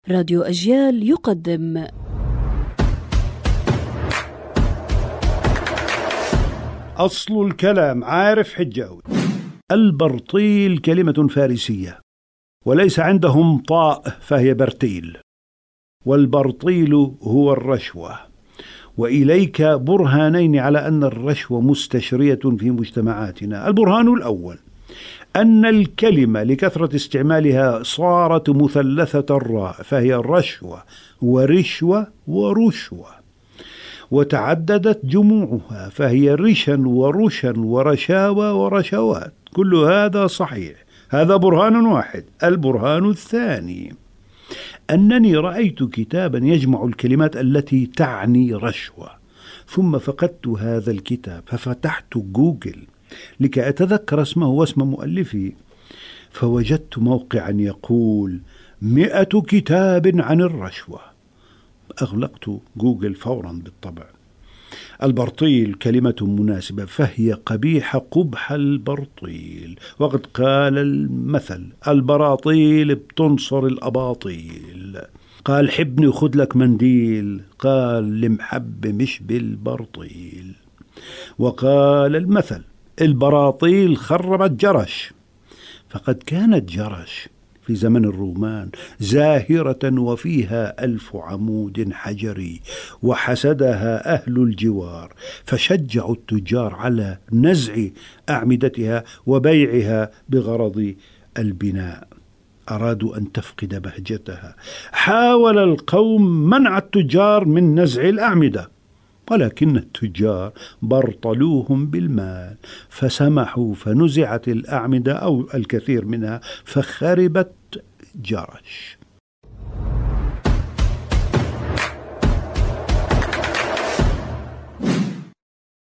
راديو أجيال يقدم أصل الكلام. عارف حجاوي. البرطيل كلمة فارسية وليس عندهم طاء فهي برتيل، والبرطيل هو الرشوة. وإليك برهانين على أن الرشوة مستشرية في مجتمعاتنا. البرهان الأول أن الكلمة لكثرة استعمالها صارت مثلثة الراء، فهي رشوة ورشوة ورشوة، وتعددت جموعها فهي رشا ورشا ورشاوى ورشوات. كل هذا صحيح، هذا برهان واحد. البرهان الثاني أنني رأيت كتابا يجمع الكلمات التي تعني رشوة، ثم فقدت هذا الكتاب ففتحت جوجل لكي أتذكر اسمه واسم مؤلفه، فوجدت موقعا يقول 100 كتاب عن الرشوة. أغلقت جوجل فورا بالطبع. البرطيل كلمة مناسبة، فهي قبيحة قبح البرطيل. وقد قال المثل: البراطيل بتنصر الأباطيل. قال حبني وخذ لك منديل، قال المحبة مش بالبرطيل. وقال المثل: البراطيل خربت جرش. فقد كانت جرش في زمن الرومان زاهرة وفيها 1000 عمود حجري، وحسدها أهل الجوار، فشجعوا التجار على نزع أعمدتها وبيعها بغرض البناء. أرادوا أن تفقد بهجتها. حاول القوم منع التجار من نزع الأعمدة، ولكن التجار برطلوهم بالمال فسمحوا، فنزعت الأعمدة أو الكثير منها، فخربت جرش.